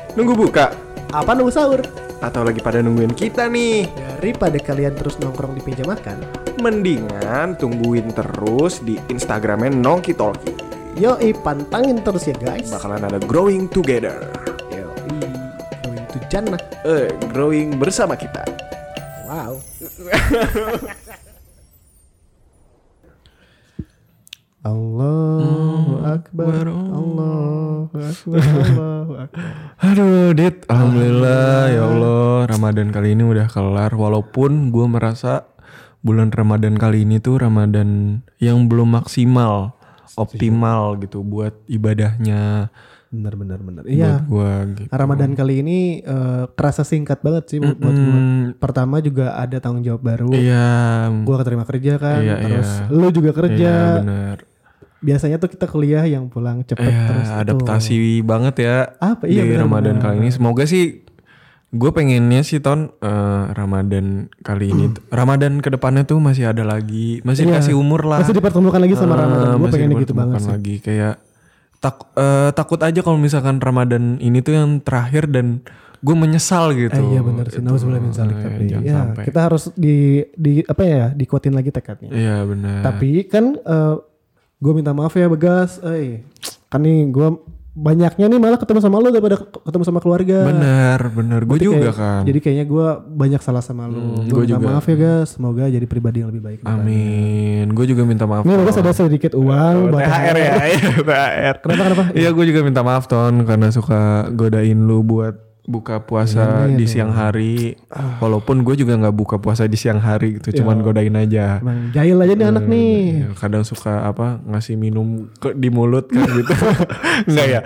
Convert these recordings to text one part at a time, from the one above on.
Nunggu buka? Apa nunggu sahur? Atau lagi pada nungguin kita nih? Daripada kalian terus nongkrong di meja makan, Mendingan tungguin terus di Instagramnya Nongki Talki. yoi pantangin terus ya guys. Bakalan ada growing together. Yoi, going to Jannah. Growing bersama kita. Wow. Allahu Akbar, Allahu Akbar, Allahu Akbar. Aduh, Dit, alhamdulillah ya Allah, Ramadan kali ini udah kelar. Walaupun gue merasa bulan Ramadan kali ini tuh Ramadan yang belum maksimal, optimal gitu buat ibadahnya. Bener. Iya. Buat gue gitu. Ramadan kali ini kerasa singkat banget sih buat gue. Pertama juga ada tanggung jawab baru. Iya. Gue keterima kerja kan, Iya, terus iya. lu juga kerja. Iya, bener. Biasanya tuh kita kuliah yang pulang cepet terus. Adaptasi banget ya. Apa? Iya, di benar, Ramadan benar. kali ini. Semoga sih gue pengennya sih Ramadan kali ini Ramadan kedepannya tuh masih ada lagi, masih Iya. dikasih umur lah, Masih dipertemukan lagi sama Ramadan. Gue masih pengennya gitu banget dipertemukan sih. lagi. Kayak takut aja kalau misalkan Ramadan ini tuh yang terakhir dan gue menyesal gitu. Iya benar sih. Nauzubillah min zalik. Tapi jangan ya sampai. kita harus di apa ya, dikuatin lagi tekadnya. Iya benar. Tapi kan gue minta maaf ya Begas. Kan nih gue banyaknya nih malah ketemu sama lu daripada ketemu sama keluarga. Benar. Gue juga kan. Jadi kayaknya gue banyak salah sama lu. Gue gua minta juga. maaf ya guys. Semoga jadi pribadi yang lebih baik. Amin. Gue juga minta maaf. Ini Begas ada sedikit uang buat THR ya, THR. Kenapa? Iya, gue juga minta maaf Ton karena suka godain lu buat buka puasa di siang hari. Walaupun gue juga nggak buka puasa di siang hari gitu, cuman godain aja. Emang jahil aja nih anak nih. Ya, kadang suka ngasih minum di mulut kan gitu. Nggak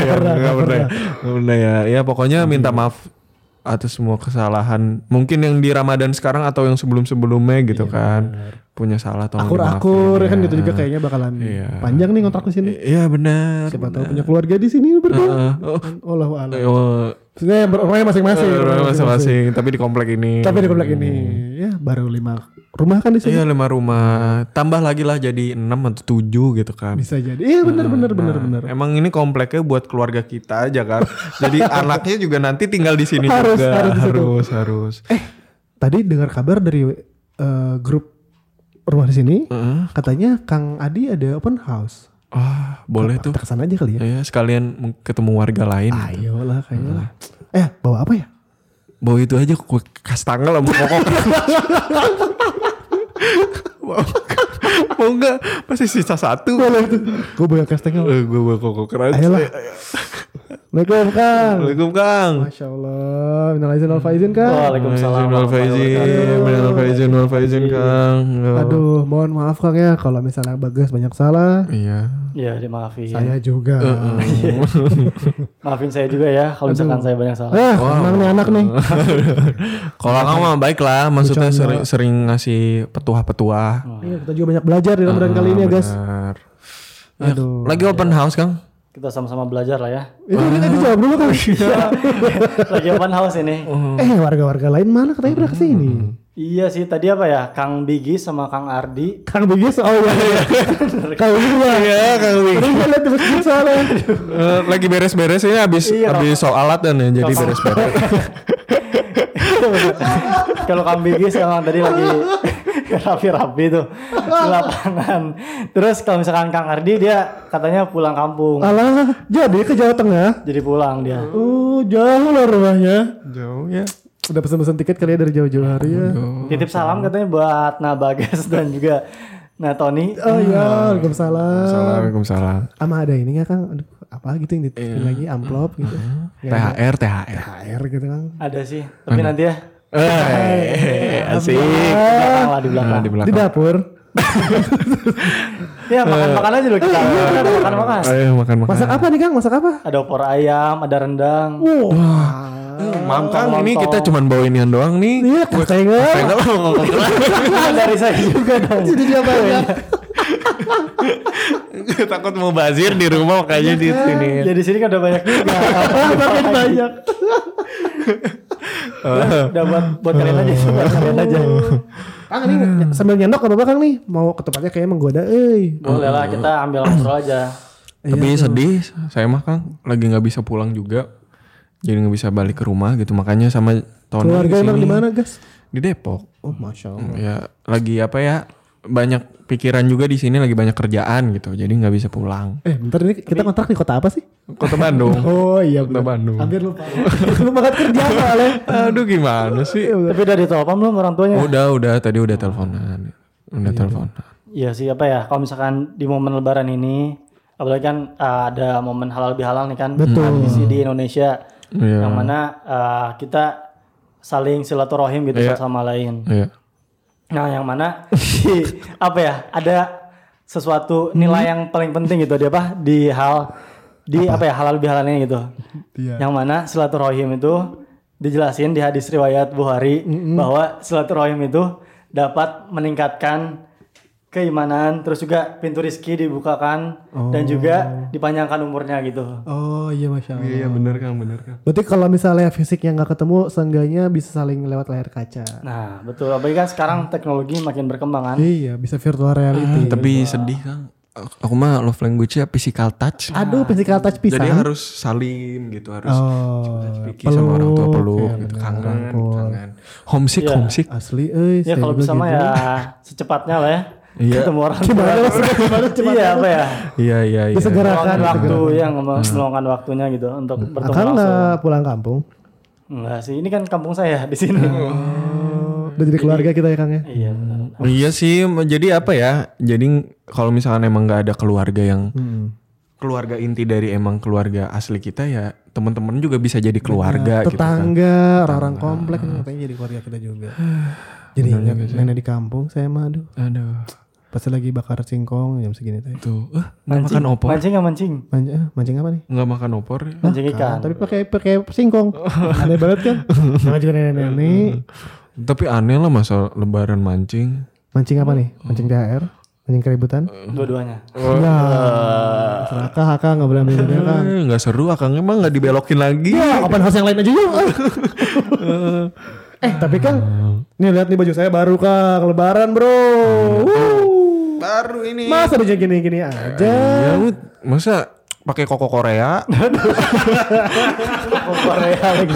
pernah ya. Ya pokoknya minta maaf atas semua kesalahan. Mungkin yang di Ramadan sekarang atau yang sebelum-sebelumnya gitu kan. Punya salah tolong Akur-akur dimaafin kan ya. gitu juga kayaknya bakalan Iya. panjang nih kontrak di sini. Iya benar. Siapa tahu punya keluarga di sini berdua. Allahu a'lam. Sebenarnya rumahnya masing-masing. Masing-masing, tapi di komplek ini. Tapi di komplek ini ya baru 5 rumah kan di sini. Iya 5 rumah. Tambah lagi lah jadi 6 atau 7 gitu kan. Bisa jadi. Iya benar. Emang ini kompleknya buat keluarga kita aja kan. Jadi anaknya juga nanti tinggal di sini juga. Harus. Tadi dengar kabar dari grup rumah di sini, katanya Kang Adi ada open house. Boleh tuh. Kita kesana aja kali ya. Ya sekalian ketemu warga lain. Ayolah kayaknya. Bawa apa ya? Bawa itu aja kue kastangel sama kokok. Mau enggak? Masih sisa 1. Boleh tuh. Gue bawa kastengel. Gue bawa kokok keras. Ayolah. Assalamualaikum Kang. Assalamualaikum Kang. Masya Allah. Minal aizin wal faizin Kang. Waalaikumsalam. Wal faizin Kang. Aduh, mohon maaf Kang ya kalau misalnya Bagas banyak salah. Iya. Ya dimaafin. Saya juga. Maafin saya juga ya kalau misalkan saya banyak salah. Emang nih anak nih. Kalau kamu mah baik lah, maksudnya sering ngasih petuah-petuah. Iya, kita juga banyak belajar di Ramadan kali ini ya guys. Benar. Aduh. Lagi open house Kang? Kita sama-sama belajar lah ya. Itu kita dijawab dulu Kang. Lagi open house ini. Warga-warga lain mana katanya pernah kesini. Iya sih tadi apa ya Kang Bigis sama Kang Ardi. Kang Bigis, oh iya. Kang Bigis lah. Iya, Kang Bigis. Tadi gue liat di masjid soalnya. Lagi beres-beres ini habis soalatan ya, jadi beres-beres. Kalau Kang Bigis emang tadi lagi rapi-rapi tuh di lapangan. Terus kalau misalkan Kang Ardi dia katanya pulang kampung. Alah, jadi ke Jawa Tengah. Jadi pulang dia. Jauh lah rumahnya. Jauh ya. Udah pesen-pesen tiket kali ya dari jauh-jauh hari ya. Titip salam katanya buat Nabagas dan juga Tony. Oh iya, Waalaikumsalam. Waalaikumsalam. Sama ada ini gak Kang? Aduh, apa gitu yang dititipin lagi, amplop gitu. THR. THR gitu Kang. Ada sih, tapi nanti ya. Asik. Di belakang. Di Di dapur. Ya makan aja dulu kita. Makan. Ayo makan. Masak apa nih Kang? Masak apa? Ada opor ayam, ada rendang. Mam Kang, ini kita cuman bawa inian doang nih. Iya, kastengel. Dari saya juga dong. Jadi dia banyak. Takut mau bazir di rumah makanya di sini. Ya di sini kan udah banyak juga. Makin banyak. Udah buat kalian aja, buat kalian aja. Kang ini sambil nyendok apa Kang nih? Mau ketupatnya kayaknya menggoda Boleh lah kita ambil ngobrol aja. Tapi sedih, saya mah Kang lagi nggak bisa pulang juga. Jadi nggak bisa balik ke rumah gitu. Makanya sama Tony Keluarga emang kesini. di mana, Gas? Di Depok. Oh, Masya Allah. Ya lagi apa ya? Banyak pikiran juga di sini, lagi banyak kerjaan gitu. Jadi nggak bisa pulang. Bentar ini kita kontrak di kota apa sih? Kota Bandung. Oh iya Kota benar. Bandung. Hampir lupa. Lupa banget kerja soalnya. Aduh gimana sih? Tapi udah ditelepon belum orang tuanya? Udah tadi udah teleponan. Teleponan. Iya sih apa ya, kalau misalkan di momen lebaran ini, apalagi kan ada momen halal bihalal nih kan. Betul. Tradisi di Indonesia. Iya. Yang mana kita saling silaturahim gitu satu sama lain. Iya. Nah, yang mana di apa ya? Ada sesuatu nilai yang paling penting gitu dia di apa ya halal bihalalnya gitu. Iya. Yang mana silaturahim itu dijelasin di hadis riwayat Bukhari bahwa silaturahim itu dapat meningkatkan keimanan, terus juga pintu rezeki dibukakan dan juga dipanjangkan umurnya gitu. Oh iya Masya Allah. Iya benar Kang. Berarti kalau misalnya fisiknya nggak ketemu, seenggaknya bisa saling lewat layar kaca. Nah, betul. Apalagi kan sekarang teknologi makin berkembang kan. Iya, bisa virtual reality. Tapi sedih Kang. Aku mah love language-nya physical touch. Aduh, physical touch pisang. Jadi harus salim gitu, harus peluk, sama orang tua peluk ya gitu, bener, kangen. rangkul. Homesick. Asli, Ya kalau bisa mah ya secepatnya lah ya. Iya. Ketemu orang Gimana tua. gimana Iya apa ya? Iya. Disegerakan. Meluangkan waktu yang meluangkan waktunya gitu untuk bertemu Akang langsung. nggak pulang kampung? Enggak sih, ini kan kampung saya di sini. Udah jadi keluarga kita ya Kang ya? Iya benar. Iya sih, jadi apa ya? Jadi kalau misalkan emang nggak ada keluarga yang keluarga inti dari emang keluarga asli kita ya, teman-teman juga bisa jadi keluarga gitu kan. Tetangga, orang-orang komplek katanya jadi keluarga kita juga. Jadi ingat nenek di kampung saya mah aduh. Pasti lagi bakar singkong jam segini teh. Tuh, nggak makan opor? Mancing nggak mancing? Mancing apa nih? Nggak makan opor? Ya? Mancing ikan. Tapi pakai singkong. Aneh banget kan? Nama juga nenek-nenek. Tapi aneh lah masa lebaran mancing. Mancing apa nih? Mancing THR? Mancing keributan? Dua-duanya. Nah, serakah Akang nggak boleh ambil juga Kang. Nggak seru, Akang emang nggak dibelokin lagi. Ya, open house yang lain aja yuk. Tapi kan nih lihat nih baju saya baru Kang, lebaran bro. Baru ini. Masa baju gini-gini aja. Ya, masa pakai koko Korea? Korea lagi.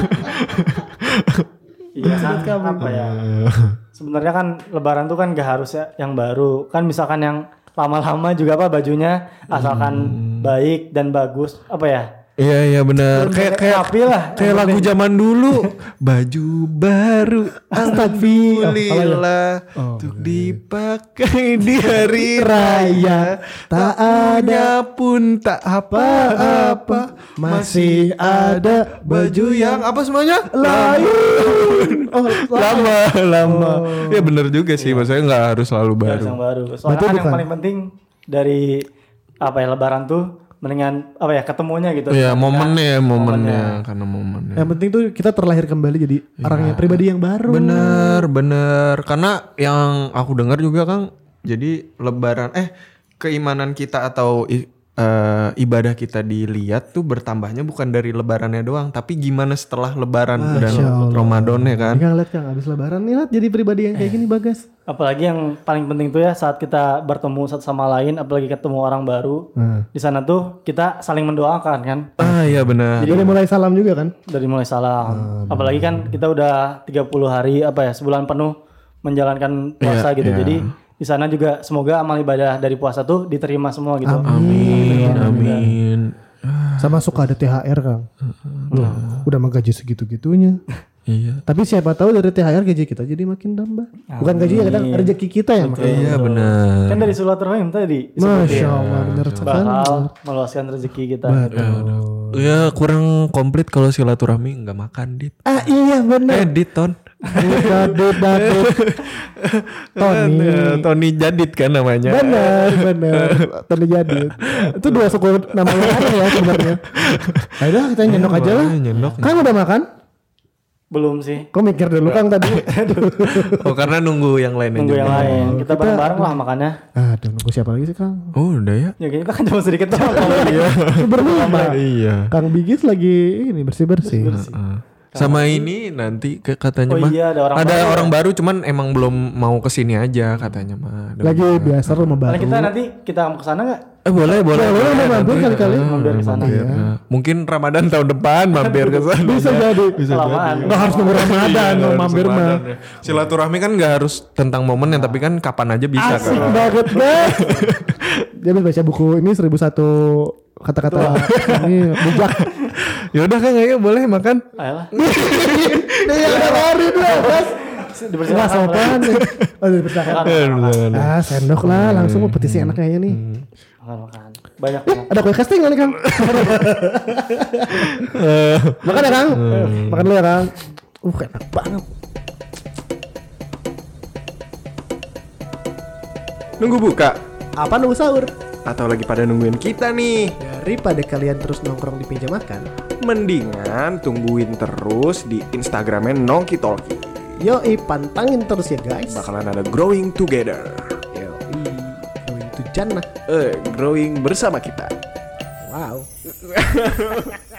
Iya kan apa ya? Sebenarnya kan lebaran tuh kan gak harus ya yang baru. Kan misalkan yang lama-lama juga apa bajunya asalkan baik dan bagus apa ya? Iya benar. Kayak rapi lah. Kayak lagu zaman dulu. Baju baru alhamdulillah untuk dipakai di hari raya. Tak ada pun tak apa-apa. Masih ada baju yang apa semuanya? Lain. Lama. Ya benar juga sih. Maksudnya nggak harus selalu baru. Yang baru. Soalnya kan yang paling penting dari apa ya lebaran tuh mendingan apa ya ketemunya gitu. Iya momennya karena momennya. Yang penting tuh kita terlahir kembali jadi orang yang pribadi yang baru. Bener. Karena yang aku dengar juga Kang, jadi lebaran keimanan kita atau ibadah kita dilihat tuh bertambahnya bukan dari lebarannya doang, tapi gimana setelah lebaran dan Ramadannya kan. Kan lihat Kang abis lebaran nih lihat jadi pribadi yang kayak gini Bagas. Apalagi yang paling penting tuh ya saat kita bertemu satu sama lain, apalagi ketemu orang baru. Di sana tuh kita saling mendoakan kan. Iya benar. Jadi mulai salam juga kan? Dari mulai salam. Apalagi kan kita udah 30 hari sebulan penuh menjalankan puasa gitu. Jadi di sana juga semoga amal ibadah dari puasa tuh diterima semua gitu. Amin. Sama suka ada THR Kang. Udah mah gaji segitu-gitunya. Iya. Tapi siapa tahu dari THR gaji kita jadi makin tambah. Bukan gaji ya kadang rezeki kita yang makin. Iya benar. Kan dari silaturahim tadi. Masya Allah bener sekali. Bakal meluaskan rezeki kita. Ya kurang komplit kalau silaturahmi nggak makan dit. Iya benar. Dit ton. Tony Jadid kan namanya. Bener Tony Jadid. Itu dua suku nama yang ada ya sebenarnya. Ayo kita nyendok aja lah. Kang udah makan? Belum sih. Kok mikir dulu Kang tadi? Karena nunggu yang lain. Nunggu yang lain. Kita bareng-bareng lah makannya. Aduh nunggu siapa lagi sih Kang? Oh udah ya. Ya kita kan cuma sedikit doang. Berlima. Iya. Kang Bigis lagi ini bersih-bersih. Sama ini nanti katanya Oh mah iya, ada orang ada baru orang baru cuman emang belum mau kesini aja katanya mah. Lagi biasa rumah Karena baru. kita nanti kita mau kesana nggak? Boleh Boleh mampir kali-kali. Mampir ke sana. Mampir. Mungkin Ramadan tahun depan mampir ke sana. Bisa jadi. Kelamaan. Nggak harus nunggu Ramadan mau Harus mampir mah. Ramadan, ya. Silaturahmi kan nggak harus tentang momennya tapi kan kapan aja bisa Asik kan. banget guys. Dia habis baca buku ini 1001 kata-kata ini bijak. Ya udah kan ayo boleh makan. Ayolah. Dia udah ngarit lah, Mas. Nggak Dipersilakan. sopan. Oh, dipersilakan. Ah, sendok lah langsung mau petisi enak kayaknya nih. Makan. Banyak. Ada kue casting nggak nih Kang? Makan ya Kang? Makan dulu ya Kang. Enak banget. Nunggu buka Apa nunggu sahur? atau lagi pada nungguin kita nih? Daripada kalian terus nongkrong di meja makan, Mendingan tungguin terus di Instagramnya Nongki Talki. yoi pantangin terus ya guys. Bakalan ada growing together. Yoi, going to Jannah. Growing bersama kita. Wow.